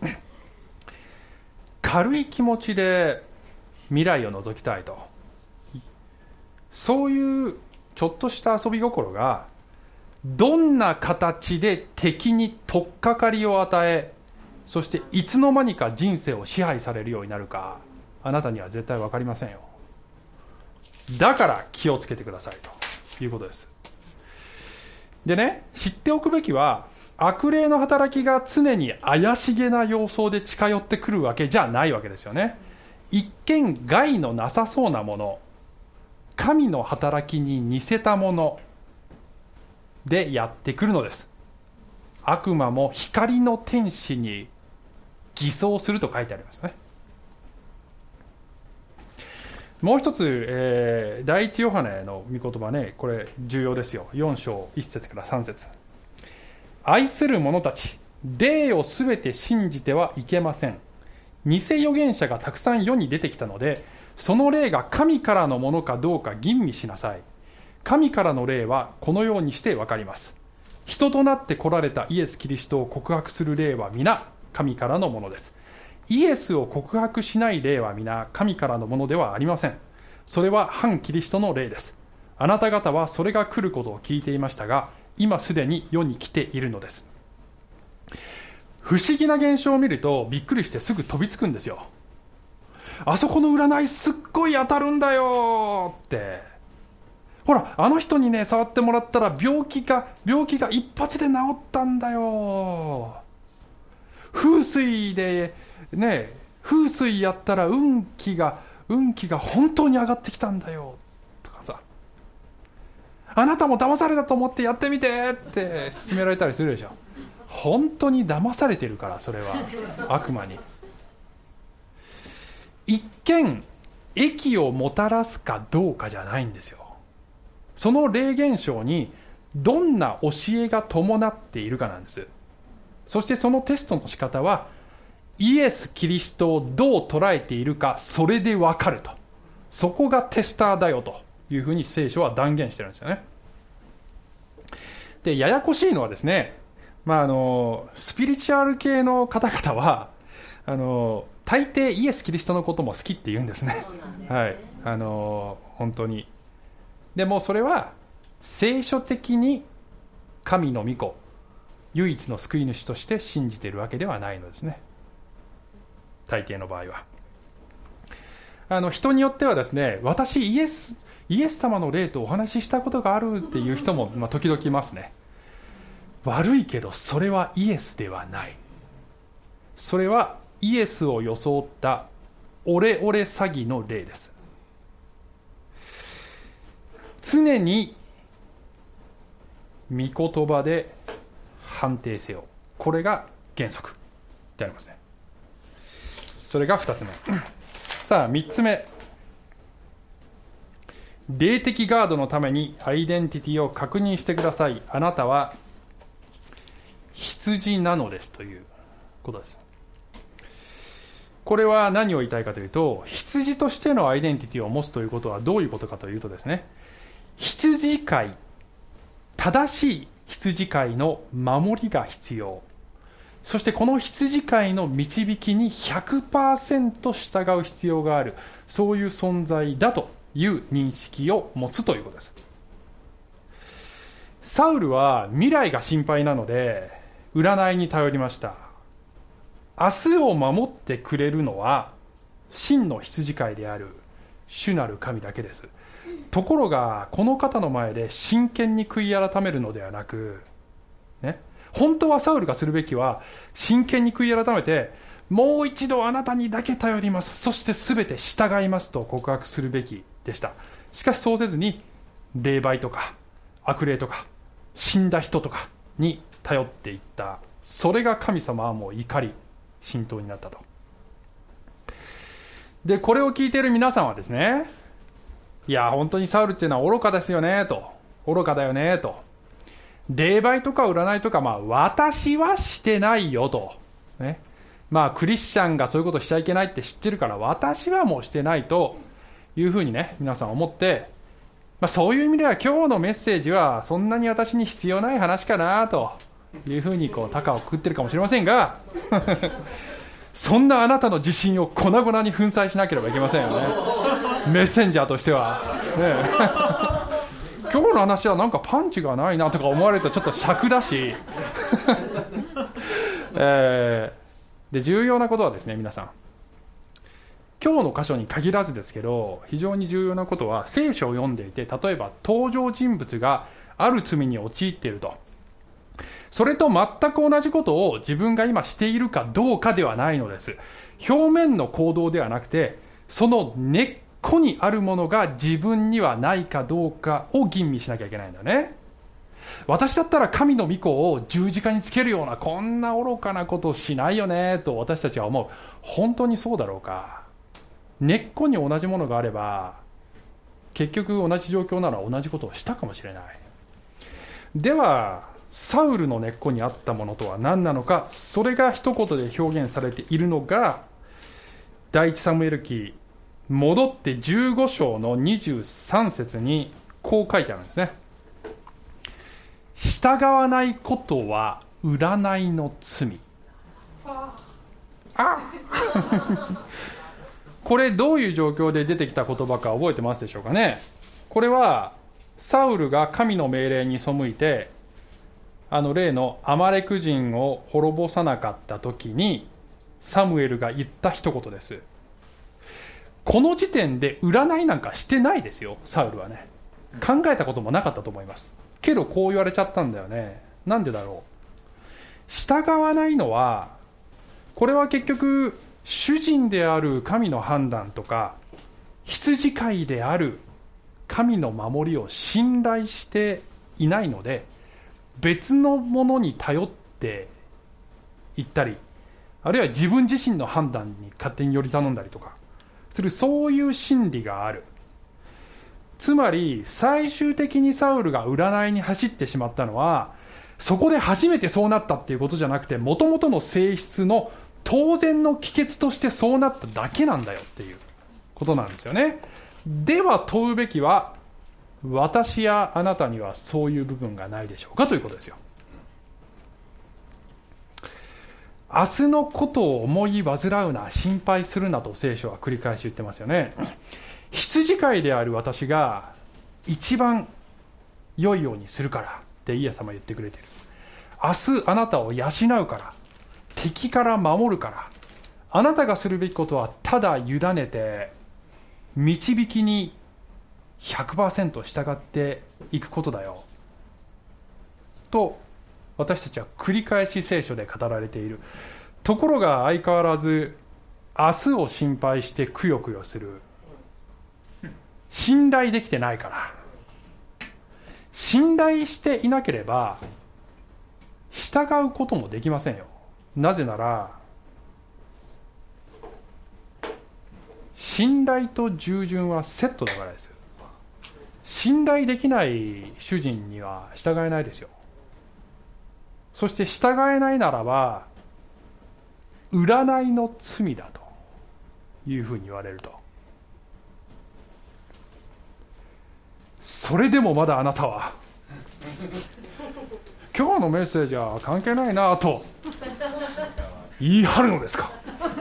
軽い気持ちで未来を覗きたいと、そういうちょっとした遊び心がどんな形で敵に取っかかりを与え、そしていつの間にか人生を支配されるようになるか、あなたには絶対分かりませんよ。だから気をつけてくださいということです。でね、知っておくべきは、悪霊の働きが常に怪しげな様相で近寄ってくるわけじゃないわけですよね。一見害のなさそうなもの、神の働きに似せたものでやってくるのです。悪魔も光の天使に偽装すると書いてありますね。もう一つ、えー、第一ヨハネの御言葉ね、これ重要ですよ。よん章いち節からさん節。愛する者たち、霊をすべて信じてはいけません。偽預言者がたくさん世に出てきたので、その霊が神からのものかどうか吟味しなさい。神からの霊はこのようにして分かります。人となって来られたイエス・キリストを告白する霊は皆神からのものです。イエスを告白しない霊は皆神からのものではありません。それは反キリストの霊です。あなた方はそれが来ることを聞いていましたが、今すでに世に来ているのです。不思議な現象を見るとびっくりしてすぐ飛びつくんですよ。あそこの占いすっごい当たるんだよって、ほらあの人にね触ってもらったら病気が病気が一発で治ったんだよ、風水でね風水やったら運気が運気が本当に上がってきたんだよとかさ、あなたも騙されたと思ってやってみてって勧められたりするでしょ。本当に騙されてるから、それは悪魔に。一見益をもたらすかどうかじゃないんですよ。その霊現象にどんな教えが伴っているかなんです。そしてそのテストの仕方は、イエス・キリストをどう捉えているか、それで分かると。そこがテスターだよというふうに聖書は断言してるんですよね。で、ややこしいのはですね、まあ、あのスピリチュアル系の方々はあの大抵イエス・キリストのことも好きって言うんですね。はい、あの本当に。でもそれは聖書的に神の御子、唯一の救い主として信じているわけではないのですね、大抵の場合は。あの人によってはですね、私イエスイエス様の霊とお話ししたことがあるっていう人も、まあ、時々いますね。悪いけどそれはイエスではない。それはイエスを装ったオレオレ詐欺の霊です。常に御言葉で判定せよ、これが原則でありますね。それがふたつめ。さあみっつめ、霊的ガードのためにアイデンティティを確認してください。あなたは羊なのですということです。これは何を言いたいかというと、羊としてのアイデンティティを持つということはどういうことかというとですね、羊飼い、正しい羊飼いの守りが必要。そしてこの羊飼いの導きに ひゃくパーセント 従う必要がある、そういう存在だという認識を持つということです。サウルは未来が心配なので占いに頼りました。明日を守ってくれるのは真の羊飼いである主なる神だけです。ところがこの方の前で真剣に悔い改めるのではなく、ね、本当はサウルがするべきは真剣に悔い改めて、もう一度あなたにだけ頼ります、そして全て従いますと告白するべきでした。しかしそうせずに霊媒とか悪霊とか死んだ人とかに頼っていった。それが神様はもう怒り浸透になったと。でこれを聞いている皆さんはですね、いや本当にサウルっていうのは愚かですよねと、愚かだよねと、霊媒とか占いとか、まあ私はしてないよと、ね、まあクリスチャンがそういうことしちゃいけないって知ってるから私はもうしてないというふうにね皆さん思って、まあ、そういう意味では今日のメッセージはそんなに私に必要ない話かなというふうにこう高をくくってるかもしれませんがそんなあなたの自信を粉々に粉砕しなければいけませんよね。メッセンジャーとしては、ね、今日の話はなんかパンチがないなとか思われるとちょっと尺だし、えー、で重要なことはですね、皆さん今日の箇所に限らずですけど、非常に重要なことは聖書を読んでいて、例えば登場人物がある罪に陥っていると、それと全く同じことを自分が今しているかどうかではないのです。表面の行動ではなくて、その根っこにあるものが自分にはないかどうかを吟味しなきゃいけないんだよね。私だったら神の御子を十字架につけるようなこんな愚かなことをしないよねと私たちは思う。本当にそうだろうか。根っこに同じものがあれば結局同じ状況なら同じことをしたかもしれない。ではサウルの根っこにあったものとは何なのか、それが一言で表現されているのが第一サムエル記戻ってじゅうご章のにじゅうさん節にこう書いてあるんですね。従わないことは占いの罪。あこれどういう状況で出てきた言葉か覚えてますでしょうかね。これはサウルが神の命令に背いて、あの例のアマレク人を滅ぼさなかった時にサムエルが言った一言です。この時点で占いなんかしてないですよ、サウルはね。考えたこともなかったと思います。けどこう言われちゃったんだよね。なんでだろう。従わないのは、これは結局主人である神の判断とか羊飼いである神の守りを信頼していないので、別のものに頼っていったり、あるいは自分自身の判断に勝手により頼んだりとかする、そういう心理がある。つまり最終的にサウルが占いに走ってしまったのは、そこで初めてそうなったっていうことじゃなくて、もともとの性質の当然の帰結としてそうなっただけなんだよっていうことなんですよね。では問うべきは、私やあなたにはそういう部分がないでしょうかということですよ。明日のことを思い煩うな、心配するなと聖書は繰り返し言ってますよね。羊飼いである私が一番良いようにするからってイエス様は言ってくれている。明日あなたを養うから、敵から守るから、あなたがするべきことはただ委ねて導きに ひゃくパーセント 従っていくことだよと私たちは繰り返し聖書で語られている。ところが相変わらず明日を心配してくよくよする。信頼できてないから。信頼していなければ従うこともできませんよ。なぜなら信頼と従順はセットだからです。信頼できない主人には従えないですよ。そして従えないならば占いの罪だというふうに言われると。それでもまだあなたは今日のメッセージは関係ないなと言い張るのですか。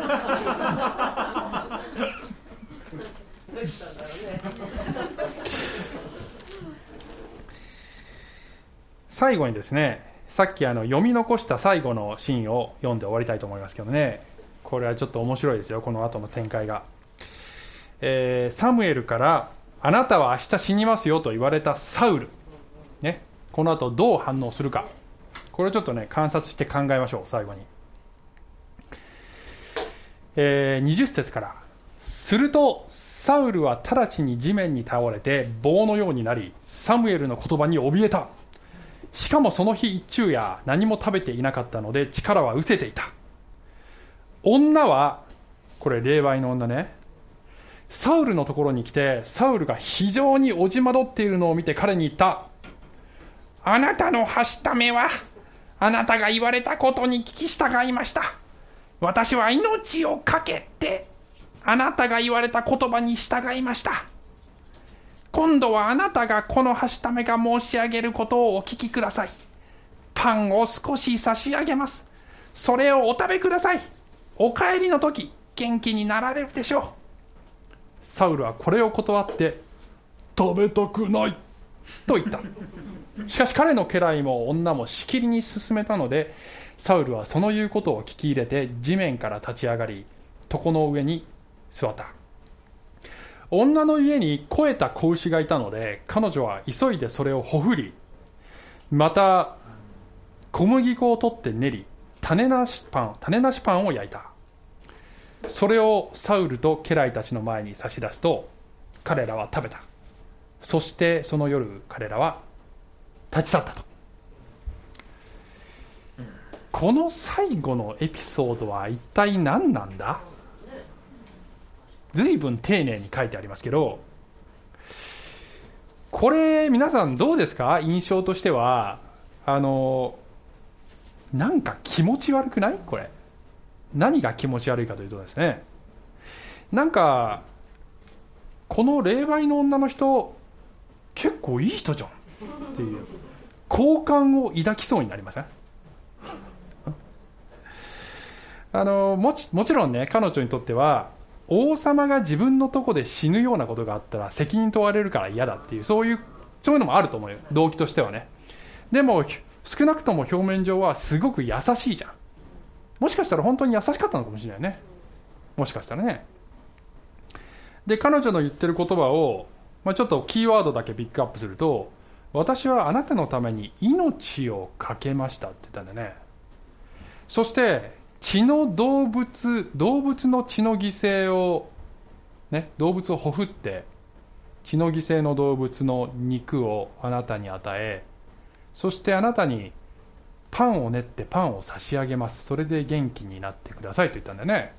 最後にですね、さっきあの読み残した最後のシーンを読んで終わりたいと思いますけどね。これはちょっと面白いですよ、この後の展開が。えー、サムエルからあなたは明日死にますよと言われたサウル、ね、この後どう反応するか、これをちょっとね観察して考えましょう。最後に、えー、にじゅっ節から、するとサウルは直ちに地面に倒れて棒のようになり、サムエルの言葉に怯えた。しかもその日一昼夜何も食べていなかったので力は失せていた。女は、これ霊媒の女ね、サウルのところに来て、サウルが非常におじまどっているのを見て彼に言った。あなたのはしためはあなたが言われたことに聞き従いました。私は命を懸けてあなたが言われた言葉に従いました。今度はあなたがこのはしためが申し上げることをお聞きください。 パンを少し差し上げます。それをお食べください。お帰りの時元気になられるでしょう。サウルはこれを断って、食べたくないと言った。しかし彼の家来も女もしきりに進めたので、サウルはその言うことを聞き入れて地面から立ち上がり、床の上に座った。女の家に肥えた子牛がいたので、彼女は急いでそれをほふり、また小麦粉を取って練り、種なしパン種なしパンを焼いた。それをサウルと家来たちの前に差し出すと、彼らは食べた。そしてその夜彼らは立ち去ったと。この最後のエピソードは一体何なんだ？随分丁寧に書いてありますけど、これ皆さんどうですか？印象としては、あのなんか気持ち悪くない？これ何が気持ち悪いかというとですね、なんかこの霊媒の女の人結構いい人じゃんっていう好感を抱きそうになりません？あの も, ちもちろんね、彼女にとっては王様が自分のとこで死ぬようなことがあったら責任問われるから嫌だっていう、そういうそういうのもあると思うよ、動機としてはね。でも少なくとも表面上はすごく優しいじゃん。もしかしたら本当に優しかったのかもしれないね、もしかしたらね。で彼女の言ってる言葉を、まあ、ちょっとキーワードだけピックアップすると、私はあなたのために命を懸けましたって言ったんだね。そして血の動物動物の血の犠牲を、ね、動物をほふって血の犠牲の動物の肉をあなたに与え、そしてあなたにパンを練ってパンを差し上げます。それで元気になってくださいと言ったんだよね。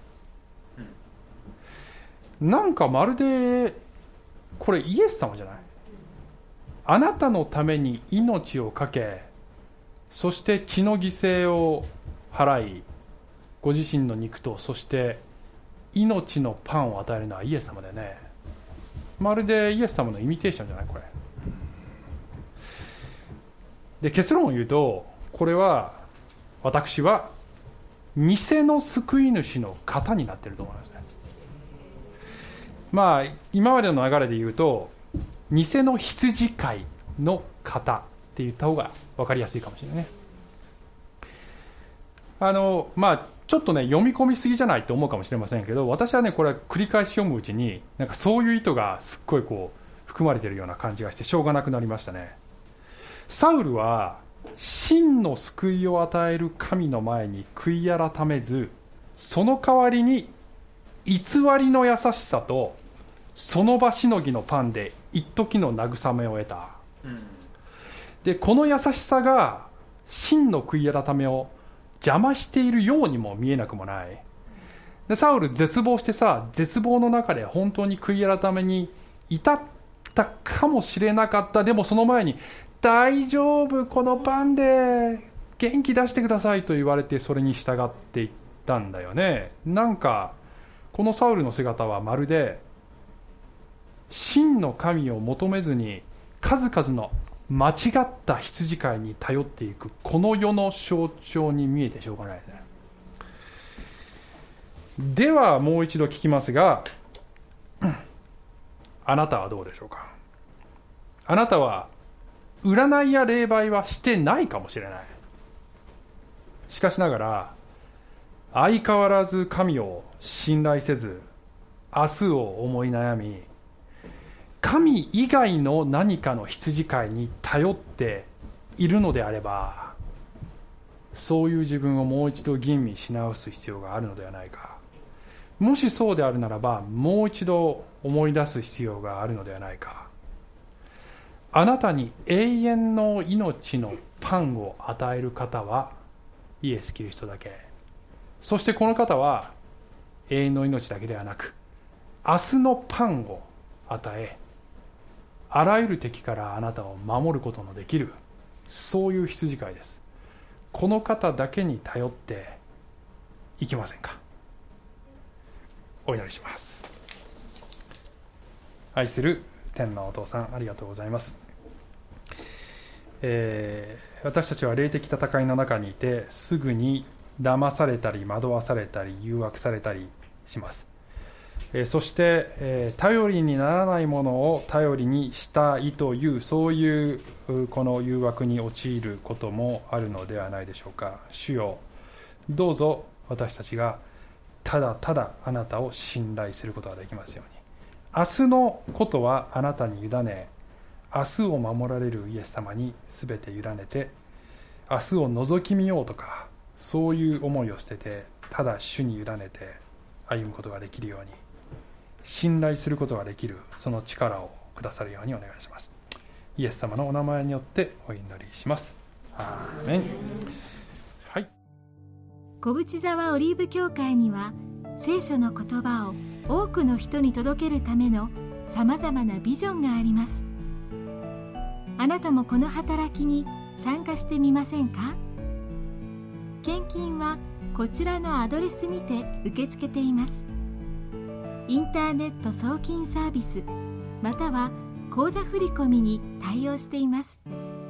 なんかまるでこれイエス様じゃない？あなたのために命を懸け、そして血の犠牲を払い、ご自身の肉とそして命のパンを与えるのはイエス様だよね。まるでイエス様のイミテーションじゃないこれで。結論を言うと、これは私は偽の救い主の方になっていると思いますね。まあ今までの流れで言うと、偽の羊飼いの方って言った方が分かりやすいかもしれないね。あのまあちょっとね読み込みすぎじゃないと思うかもしれませんけど、私はねこれ繰り返し読むうちになんかそういう意図がすっごいこう含まれているような感じがしてしょうがなくなりましたね。サウルは真の救いを与える神の前に悔い改めず、その代わりに偽りの優しさとその場しのぎのパンで一時の慰めを得た、うん、でこの優しさが真の悔い改めを邪魔しているようにも見えなくもない。でサウル絶望してさ、絶望の中で本当に悔い改めに至ったかもしれなかった。でもその前に大丈夫、このパンで元気出してくださいと言われて、それに従っていったんだよね。なんかこのサウルの姿はまるで真の神を求めずに数々の間違った羊飼いに頼っていくこの世の象徴に見えてしょうがないですね。ではもう一度聞きますが、あなたはどうでしょうか。あなたは占いや霊媒はしてないかもしれない。しかしながら相変わらず神を信頼せず、明日を思い悩み、神以外の何かの羊飼いに頼っているのであれば、そういう自分をもう一度吟味し直す必要があるのではないか。もしそうであるならば、もう一度思い出す必要があるのではないか。あなたに永遠の命のパンを与える方はイエス・キリストだけ。そしてこの方は永遠の命だけではなく、明日のパンを与え、あらゆる敵からあなたを守ることのできる、そういう羊飼いです。この方だけに頼っていきませんか。お祈りします。愛する天のお父さん、ありがとうございます。 えー、私たちは霊的戦いの中にいて、すぐに騙されたり惑わされたり誘惑されたりします。えー、そして、えー、頼りにならないものを頼りにしたいという、そういうこの誘惑に陥ることもあるのではないでしょうか。主よ、どうぞ私たちがただただあなたを信頼することができますように。明日のことはあなたに委ね、明日を守られるイエス様に全て委ねて、明日を覗き見ようとか、そういう思いを捨てて、ただ主に委ねて歩むことができるように、信頼することができる、その力をくださるようにお願いします。イエス様のお名前によってお祈りします。アーメン。はい。 小淵沢オリーブ教会には、聖書の言葉を多くの人に届けるためのさまざまなビジョンがあります。あなたもこの働きに参加してみませんか？献金はこちらのアドレスにて受け付けています。インターネット送金サービスまたは口座振込に対応しています。